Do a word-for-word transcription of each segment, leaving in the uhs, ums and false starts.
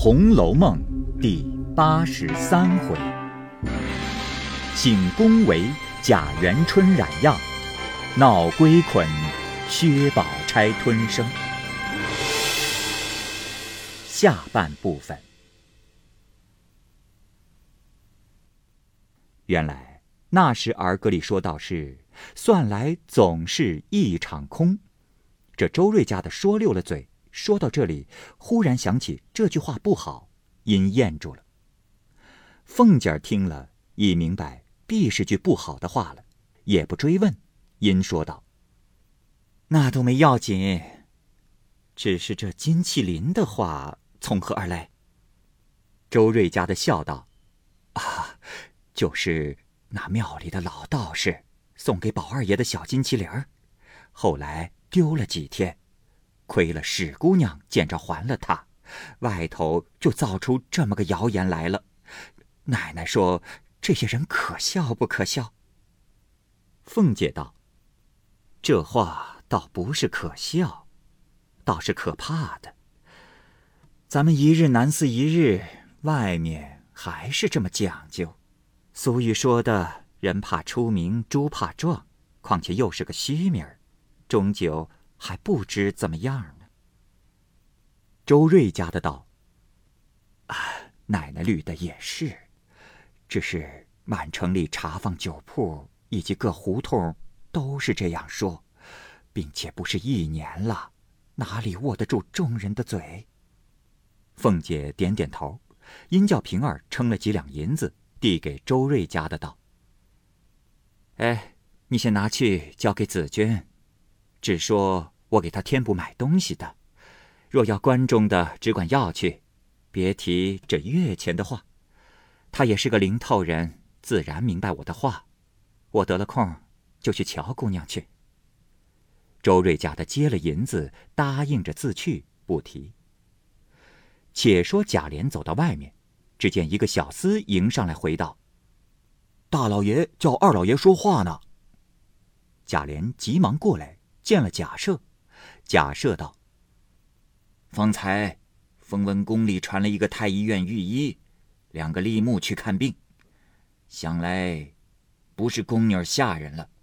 红楼梦》第八十三回，请宫闱贾元春染恙，闹归捆薛宝钗吞声。下半部分。原来那时儿歌里说到是算来总是一场空，这周瑞家的说溜了嘴，说到这里忽然想起这句话不好，因咽住了。凤姐儿听了已明白必是句不好的话了，也不追问，因说道：那都没要紧，只是这金麒麟的话从何而来？周瑞家的笑道：啊，就是那庙里的老道士送给宝二爷的小金麒麟儿，后来丢了几天，亏了史姑娘见着还了他，外头就造出这么个谣言来了。奶奶说这些人可笑不可笑？凤姐道：这话倒不是可笑，倒是可怕的。咱们一日难似一日，外面还是这么讲究。俗语说的人怕出名猪怕壮，况且又是个虚名儿，终究还不知怎么样呢。周瑞家的道：啊，奶奶虑的也是，只是满城里茶坊酒铺以及各胡同都是这样说，并且不是一年了，哪里握得住众人的嘴？凤姐点点头，因叫平儿称了几两银子递给周瑞家的道：哎，你先拿去交给紫娟，只说我给她添补买东西的，若要关中的只管要去，别提这月钱的话。她也是个灵透人，自然明白我的话，我得了空就去瞧姑娘去。周瑞家的接了银子，答应着自去，不提。且说贾琏走到外面，只见一个小厮迎上来回道：大老爷叫二老爷说话呢。贾琏急忙过来见了贾赦，贾赦道：方才风闻宫里传了一个太医院御医，两个立木去看病，想来不是宫女下人了。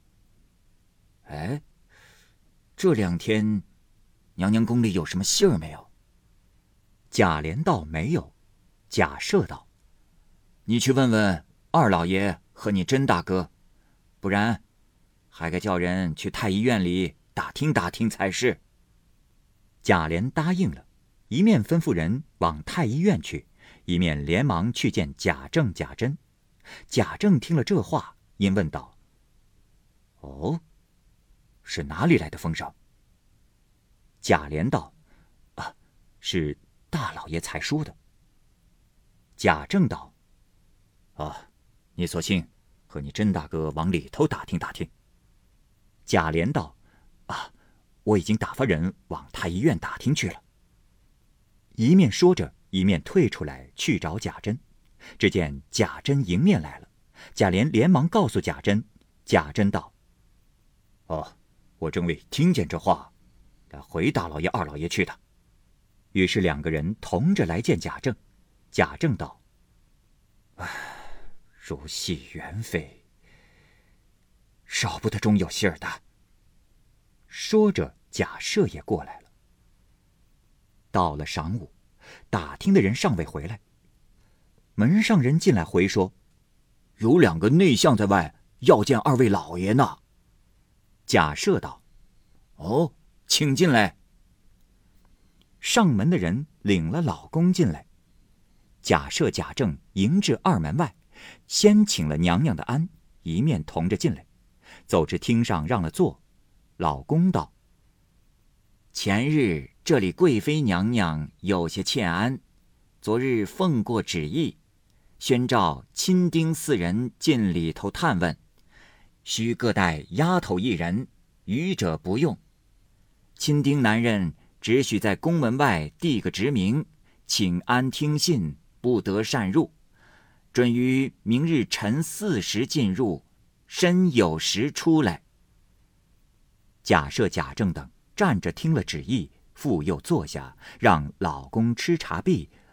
哎，这两天娘娘宫里有什么信儿没有？贾琏道没有。贾赦道：你去问问二老爷和你甄大哥，不然还该叫人去太医院里打听打听才是。贾琏答应了，一面吩咐人往太医院去，一面连忙去见贾政贾珍。贾政听了这话，因问道：哦，是哪里来的风声？贾琏道：啊，是大老爷才说的。贾政道：啊，你索性和你甄大哥往里头打听打听。贾琏道：啊，我已经打发人往太医院打听去了。一面说着，一面退出来去找贾珍。只见贾珍迎面来了，贾琏连忙告诉贾珍。贾珍道：哦，我正为听见这话来回大老爷二老爷去的。于是两个人同着来见贾政。贾政道：唉，如戏缘非，少不得中有信儿的。说着，贾赦也过来了。到了晌午，打听的人尚未回来，门上人进来回说：有两个内相在外要见二位老爷呢。贾赦道：哦，请进来。上门的人领了老公进来，贾赦贾政迎至二门外，先请了娘娘的安，一面同着进来，走至厅上让了座。老公道：前日这里贵妃娘娘有些欠安，昨日奉过旨意，宣召亲丁四人进里头探问，须各带丫头一人，余者不用。亲丁男人只许在宫门外递个职名，请安听信，不得擅入，准于明日晨四时进入，申酉时出来。贾赦贾政等站着听了旨意，复又坐下，让老公吃茶毕，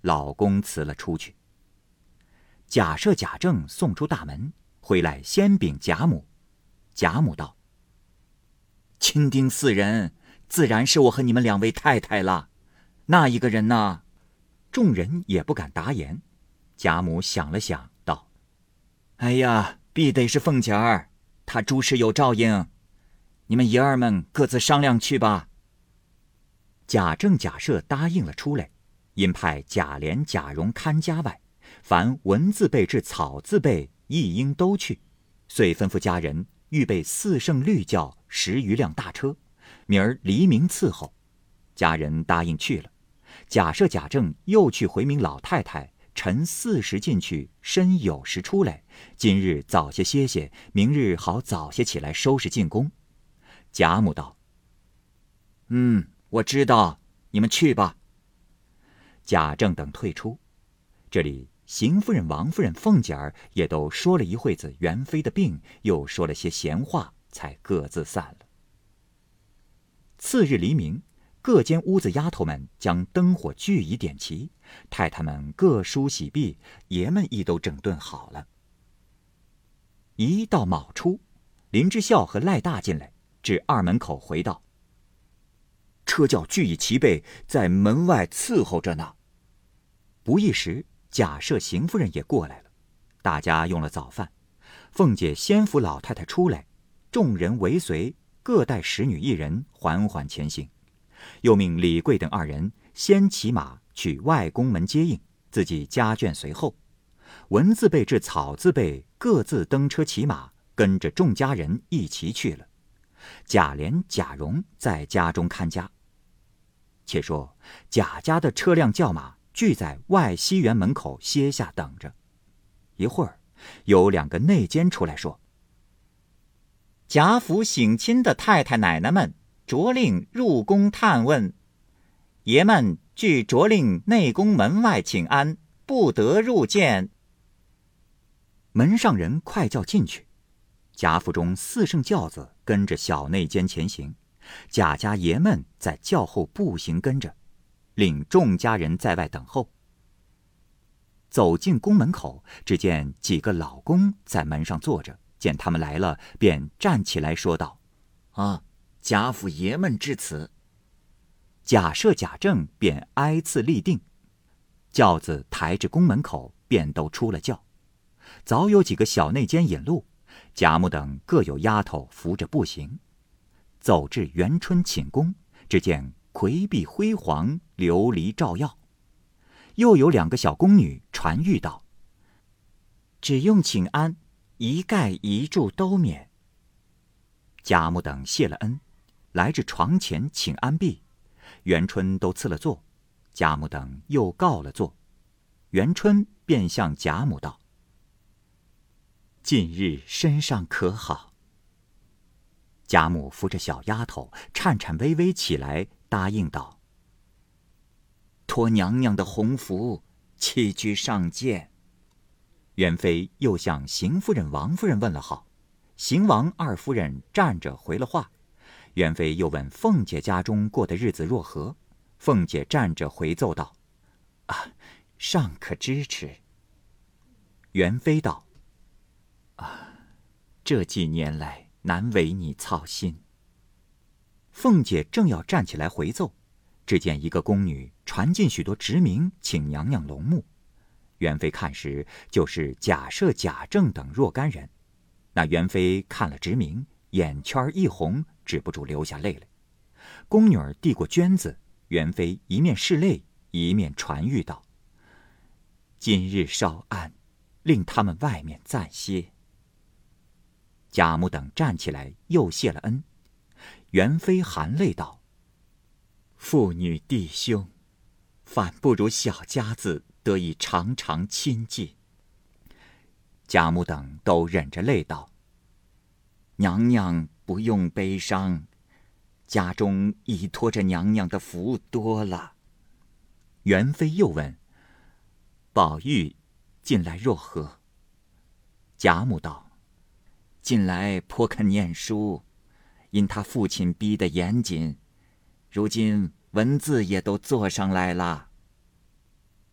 老公辞了出去。贾赦、贾政送出大门，回来先禀贾母。贾母道：“亲丁四人，自然是我和你们两位太太了。那一个人呢？”众人也不敢答言。贾母想了想，道：“哎呀，必得是凤姐儿，她诸事有照应，你们爷儿们各自商量去吧。”贾政、贾赦答应了出来，因派贾琏、贾蓉看家外，凡文字辈至草字辈亦应都去，遂吩咐家人预备四乘绿轿十余辆大车，明儿黎明伺候。家人答应去了。贾赦、贾政又去回明老太太，晨四时进去，申酉时出来，今日早些歇歇，明日好早些起来收拾进宫。贾母道：“嗯，我知道，你们去吧。”贾政等退出，这里邢夫人、王夫人、凤姐儿也都说了一会子元妃的病，又说了些闲话，才各自散了。次日黎明，各间屋子丫头们将灯火俱已点齐，太太们各梳洗毕，爷们亦都整顿好了。一到卯初，林之孝和赖大进来，至二门口回道：“车轿俱已齐备，在门外伺候着呢。”不一时，贾赦、邢夫人也过来了，大家用了早饭。凤姐先扶老太太出来，众人围随，各带使女一人，缓缓前行。又命李贵等二人先骑马去外宫门接应，自己家眷随后。文字辈至草字辈各自登车骑马，跟着众家人一齐去了。贾琏、贾蓉在家中看家。且说贾家的车辆轿马聚在外西园门口歇下等着。一会儿，有两个内监出来说：“贾府省亲的太太奶奶们着令入宫探问，爷们据着令内宫门外请安，不得入见。”门上人快叫进去。贾府中四乘轿子跟着小内监前行，贾家爷们在轿后步行跟着，令众家人在外等候。走进宫门口，只见几个老公在门上坐着，见他们来了，便站起来说道：“啊，贾府爷们至此。”贾赦、贾政便挨次立定，轿子抬至宫门口，便都出了轿。早有几个小内监引路，贾母等各有丫头扶着步行，走至元春寝宫，只见魁壁辉煌，琉璃照耀。又有两个小宫女传谕道：“只用请安，一盖一柱都免。”贾母等谢了恩，来至床前请安毕，元春都赐了座，贾母等又告了座。元春便向贾母道：“近日身上可好？”贾母扶着小丫头，颤颤巍巍起来，答应道：“托娘娘的洪福，起居上见。”元妃又向邢夫人、王夫人问了好，邢王二夫人站着回了话。元妃又问凤姐家中过的日子若何，凤姐站着回奏道：“啊，尚可支持。”元妃道：“啊，这几年来难为你操心。”凤姐正要站起来回奏，只见一个宫女传进许多职名，请娘娘隆目。元妃看时，就是贾赦、贾政等若干人。那元妃看了职名，眼圈一红，止不住流下泪来。宫女儿递过绢子，元妃一面拭泪，一面传谕道：“今日稍安，令他们外面暂歇。”贾母等站起来，又谢了恩。元妃含泪道：“父女弟兄，反不如小家子得以常常亲近。”贾母等都忍着泪道：“娘娘不用悲伤，家中依托着娘娘的福多了。”元妃又问：“宝玉近来若何？”贾母道：“近来颇肯念书，因他父亲逼得严谨，如今文字也都做上来了。”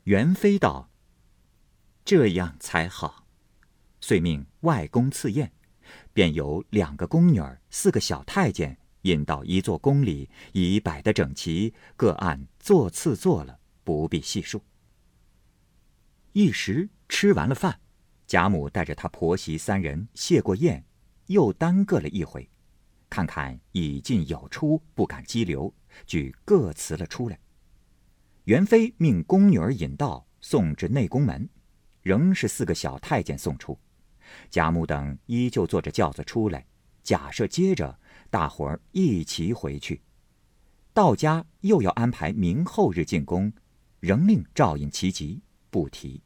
元妃道：“这样才好。”遂命外宫赐宴，便有两个宫女儿、四个小太监引到一座宫里，已摆得整齐，各按座次坐了，不必细数。一时吃完了饭，贾母带着她婆媳三人谢过宴，又耽搁了一回，看看已进有出，不敢激流，俱各辞了出来。元妃命宫女儿引道送至内宫门，仍是四个小太监送出。贾母等依旧坐着轿子出来，假设接着大伙儿一齐回去。到家又要安排明后日进宫，仍令照应其急，不提。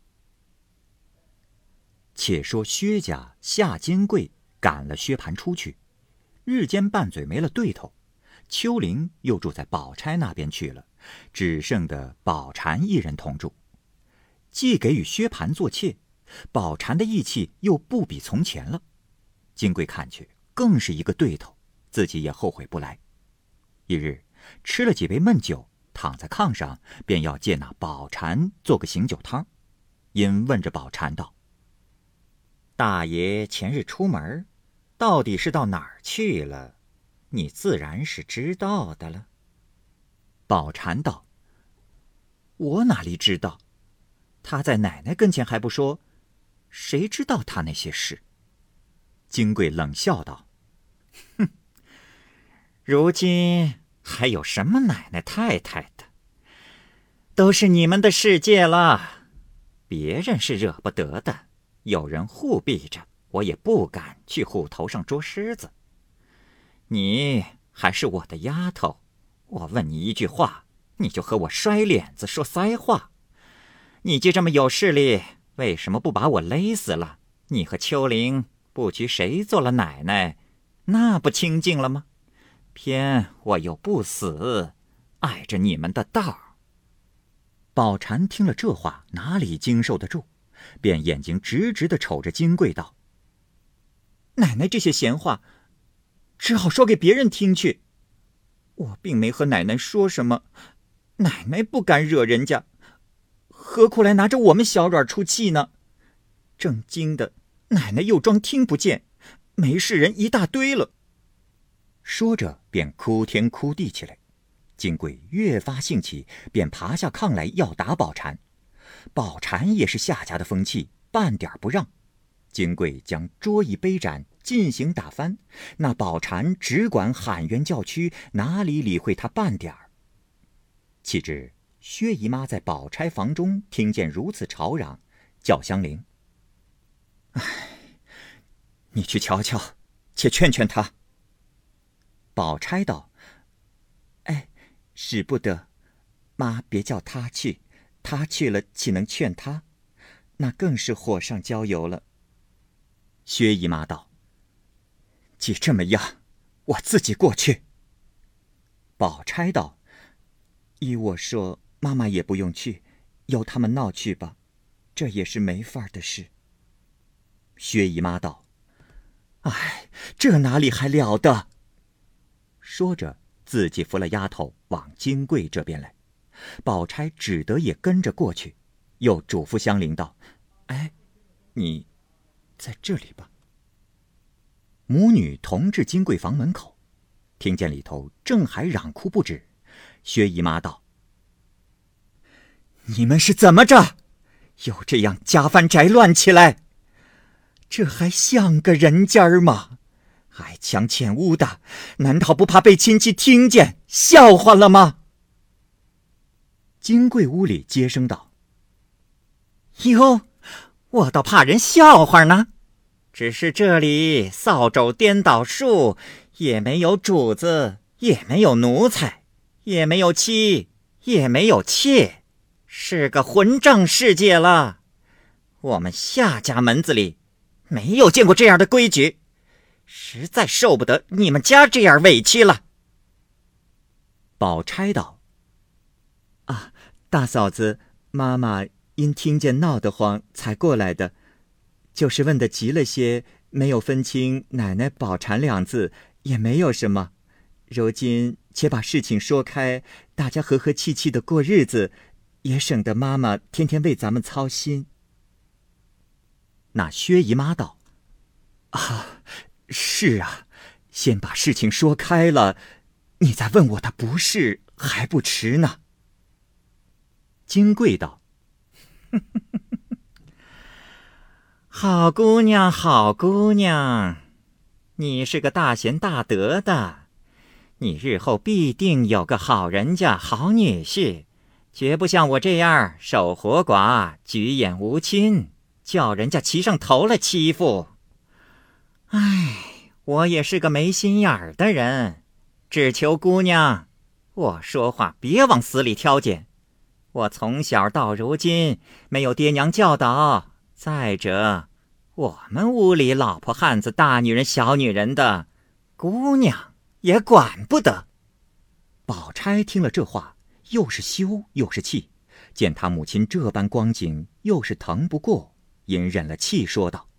且说薛家夏金贵赶了薛蟠出去，日间拌嘴没了对头，秋玲又住在宝钗那边去了，只剩得宝蟾一人同住。既给予薛蟠做妾，宝蟾的义气又不比从前了，金贵看去更是一个对头，自己也后悔不来。一日吃了几杯闷酒，躺在炕上，便要借那宝蟾做个醒酒汤，因问着宝蟾道：“大爷前日出门，到底是到哪儿去了？你自然是知道的了。”宝蟾道：“我哪里知道？他在奶奶跟前还不说，谁知道他那些事？”金贵冷笑道：“哼，如今还有什么奶奶太太的？都是你们的世界了，别人是惹不得的，有人护庇着，我也不敢去户头上捉虱子。你还是我的丫头，我问你一句话，你就和我摔脸子说腮话。你既这么有势力，为什么不把我勒死了？你和秋玲不拘谁做了奶奶，那不清净了吗？偏我又不死，碍着你们的道。”宝蟾听了这话，哪里经受得住，便眼睛直直地瞅着金贵道：“奶奶这些闲话，只好说给别人听去。我并没和奶奶说什么，奶奶不敢惹人家，何苦来拿着我们小软出气呢？正经的，奶奶又装听不见，没事人一大堆了。”说着便哭天哭地起来。金贵越发兴起，便爬下炕来要打宝蟾。宝蟾也是夏家的风气，半点不让。金贵将桌椅杯盏进行打翻，那宝蟾只管喊冤叫屈，哪里理会他半点儿。岂知薛姨妈在宝钗房中听见如此吵嚷，叫香菱：“哎，你去瞧瞧，且劝劝他。”宝钗道：“哎，使不得，妈别叫他去，他去了岂能劝他？那更是火上浇油了。”薛姨妈道：“既这么样，我自己过去。”宝钗道：“依我说，妈妈也不用去，由他们闹去吧，这也是没法的事。”薛姨妈道：“哎，这哪里还了得？”说着自己扶了丫头往金贵这边来，宝钗只得也跟着过去，又嘱咐香菱道：“哎，你在这里吧。”母女同至金贵房门口，听见里头正还嚷哭不止。薛姨妈道：“你们是怎么着？又这样家翻宅乱起来？这还像个人家儿吗？挨墙欠屋的，难道不怕被亲戚听见，笑话了吗？”金贵屋里接声道：“哟，我倒怕人笑话呢。只是这里扫帚颠倒数，也没有主子，也没有奴才，也没有妻，也没有妾，是个混账世界了。我们夏家门子里没有见过这样的规矩，实在受不得你们家这样委屈了。”宝钗道：“啊，大嫂子，妈妈因听见闹得慌才过来的，就是问得急了些，没有分清奶奶宝蟾两字，也没有什么。如今且把事情说开，大家和和气气的过日子， 也省得妈妈天天为咱们操心。那薛姨妈道：啊，是啊，先把事情说开了，你再问我的不是还不迟呢。金贵道：好姑娘，好姑娘，你是个大贤大德的，你日后必定有个好人家好女婿，绝不像我这样守活寡举眼无亲，叫人家骑上头来欺负。唉，我也是个没心眼儿的人，只求姑娘，我说话别往死里挑拣。我从小到如今没有爹娘教导，再者我们屋里老婆汉子大女人小女人的，姑娘也管不得。宝钗听了这话，又是羞又是气，见他母亲这般光景，又是疼不过，隐忍了气说道：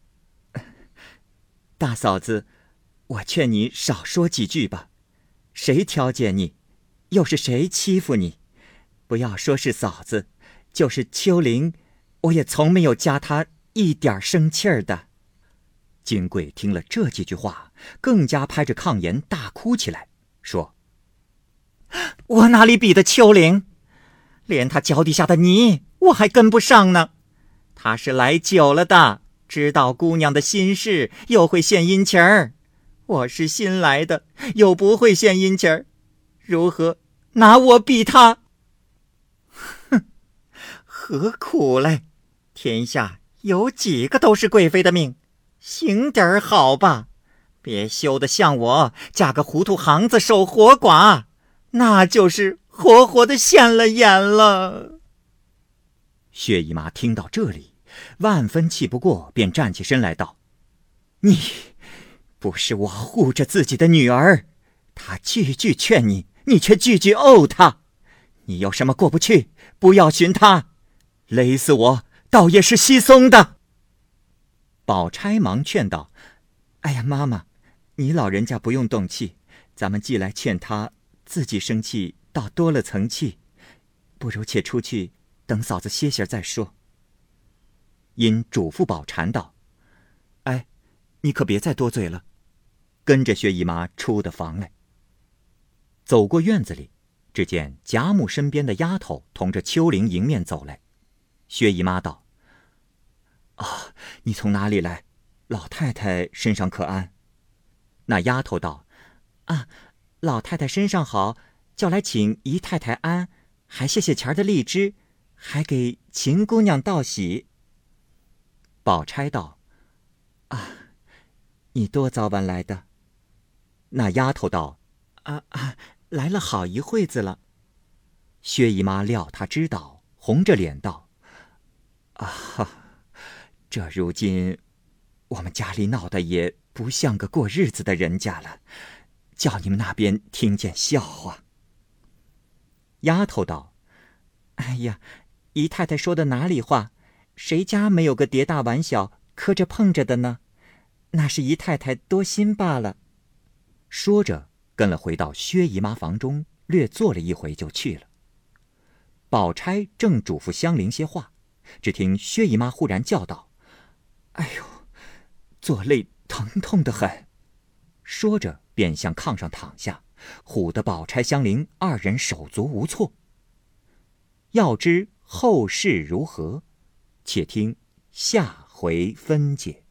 大嫂子，我劝你少说几句吧，谁挑拣你，又是谁欺负你？不要说是嫂子，就是秋玲，我也从没有加她一点生气儿的。金贵听了这几句话，更加拍着炕沿大哭起来，说：我哪里比得秋玲？连她脚底下的泥我还跟不上呢。她是来久了的，知道姑娘的心事，又会献殷勤儿。我是新来的，又不会献殷勤儿，如何拿我比她？哼，何苦嘞？天下有几个都是贵妃的命，行点儿好吧，别羞得像我嫁个糊涂行子守活寡，那就是活活的现了眼了。薛姨妈听到这里，万分气不过，便站起身来道：你不是我护着自己的女儿，她句句劝你，你却句句怄她，你有什么过不去？不要寻她，勒死我倒也是稀松的。宝钗忙劝道：哎呀，妈妈，你老人家不用动气，咱们既来劝她，自己生气倒多了层气，不如且出去等嫂子歇歇再说。因嘱咐宝钗道：哎，你可别再多嘴了，跟着薛姨妈出的房来。走过院子里，只见贾母身边的丫头同着秋玲迎面走来。薛姨妈道：啊，你从哪里来？老太太身上可安？那丫头道：啊，老太太身上好，叫来请姨太太安，还谢谢钱的荔枝，还给秦姑娘道喜。宝钗道：啊，你多早晚来的？那丫头道：啊啊，来了好一会子了。薛姨妈料她知道，红着脸道：啊，这如今我们家里闹得也不像个过日子的人家了，叫你们那边听见笑话。丫头道：哎呀，姨太太说的哪里话？谁家没有个蝶大碗小磕着碰着的呢？那是姨太太多心罢了。说着跟了回到薛姨妈房中，略坐了一回就去了。宝钗正嘱咐香菱些话，只听薛姨妈忽然叫道：哎呦，坐累疼痛得很。说着便向炕上躺下，唬得宝钗香菱二人手足无措。要知后事如何，且听下回分解。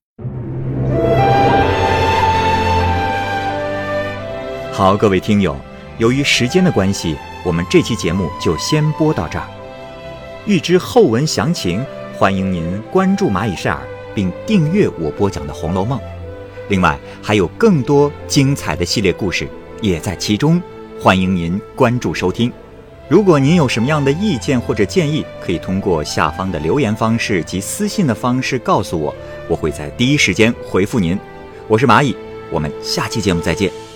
好，各位听友，由于时间的关系，我们这期节目就先播到这儿。欲知后文详情，欢迎您关注蚂蚁晒尔，并订阅我播讲的《红楼梦》。另外，还有更多精彩的系列故事也在其中，欢迎您关注收听。如果您有什么样的意见或者建议，可以通过下方的留言方式及私信的方式告诉我，我会在第一时间回复您。我是蚂蚁，我们下期节目再见。